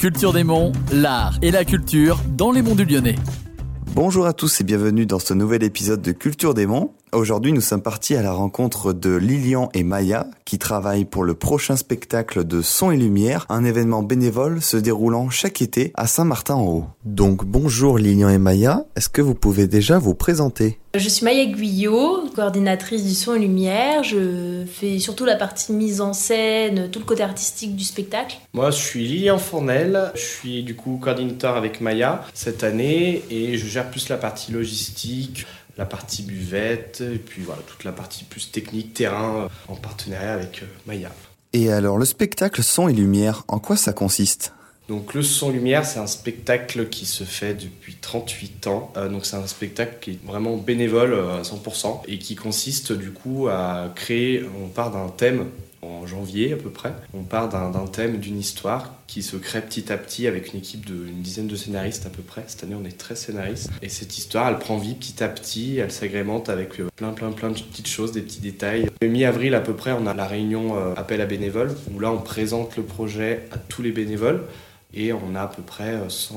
Culture des Monts, l'art et la culture dans les Monts du Lyonnais. Bonjour à tous et bienvenue dans ce nouvel épisode de Culture des Monts. Aujourd'hui, nous sommes partis à la rencontre de Lilian et Maya qui travaillent pour le prochain spectacle de Son et Lumière, un événement bénévole se déroulant chaque été à Saint-Martin-en-Haut. Donc bonjour Lilian et Maya, est-ce que vous pouvez déjà vous présenter ? Je suis Maya Guyot, coordinatrice du Son et Lumière. Je fais surtout la partie mise en scène, tout le côté artistique du spectacle. Moi, je suis Lilian Fournel. Je suis du coup coordinateur avec Maya cette année et je gère plus la partie logistique, la partie buvette et puis voilà, toute la partie plus technique, terrain, en partenariat avec Maya. Et alors, le spectacle Son et Lumière, en quoi ça consiste ? Donc le Son Lumière, c'est un spectacle qui se fait depuis 38 ans. Donc c'est un spectacle qui est vraiment bénévole à 100% et qui consiste du coup à créer, on part d'un thème en janvier à peu près, on part d'un thème, d'une histoire qui se crée petit à petit avec une équipe d'une dizaine de scénaristes à peu près. Cette année on est 13 scénaristes et cette histoire elle prend vie petit à petit, elle s'agrémente avec plein de petites choses, des petits détails. Le mi-avril à peu près on a la réunion appel à bénévoles où là on présente le projet à tous les bénévoles. Et on a à peu près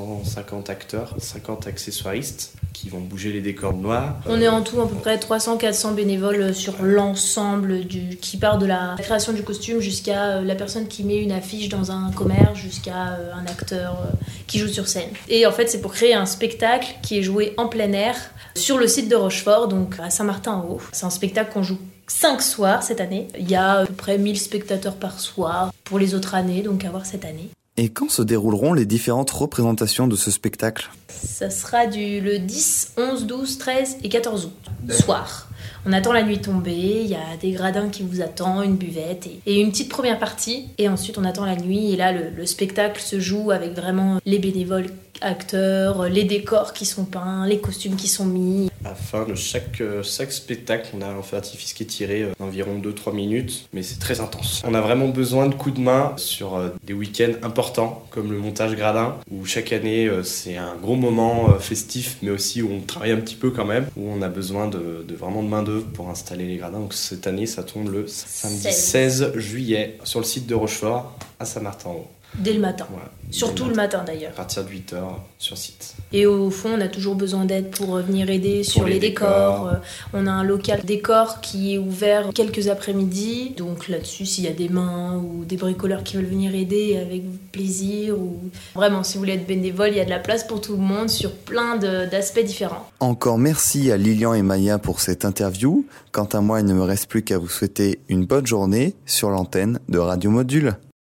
150 acteurs, 50 accessoiristes qui vont bouger les décors noirs. On est en tout à peu près 300-400 bénévoles sur l'ensemble qui part de la création du costume jusqu'à la personne qui met une affiche dans un commerce, jusqu'à un acteur qui joue sur scène. Et en fait, c'est pour créer un spectacle qui est joué en plein air sur le site de Rochefort, donc à Saint-Martin-en-Haut. C'est un spectacle qu'on joue 5 soirs cette année. Il y a à peu près 1000 spectateurs par soir pour les autres années, donc à voir cette année. Et quand se dérouleront les différentes représentations de ce spectacle ? Ça sera le 10, 11, 12, 13 et 14 août, soir. On attend la nuit tombée, il y a des gradins qui vous attendent, une buvette et une petite première partie. Et ensuite on attend la nuit et là le spectacle se joue avec vraiment les bénévoles acteurs, les décors qui sont peints, les costumes qui sont mis. À la fin de chaque spectacle, on a un feu d'artifice qui est tiré d'environ 2-3 minutes, mais c'est très intense. On a vraiment besoin de coups de main sur des week-ends importants, comme le montage gradin, où chaque année c'est un gros moment festif, mais aussi où on travaille un petit peu quand même, où on a besoin de vraiment de main-d'œuvre pour installer les gradins. Donc cette année, ça tombe le samedi 16 juillet sur le site de Rochefort à Saint-Martin-en-Haut. Dès le matin, voilà, surtout le matin d'ailleurs. À partir de 8h sur site. Et au fond, on a toujours besoin d'aide pour venir aider sur les décors. On a un local décor qui est ouvert quelques après-midi. Donc là-dessus, s'il y a des mains ou des bricoleurs qui veulent venir aider avec plaisir. Ou... Vraiment, si vous voulez être bénévole, il y a de la place pour tout le monde sur plein d'aspects différents. Encore merci à Lilian et Maya pour cette interview. Quant à moi, il ne me reste plus qu'à vous souhaiter une bonne journée sur l'antenne de Radio Module.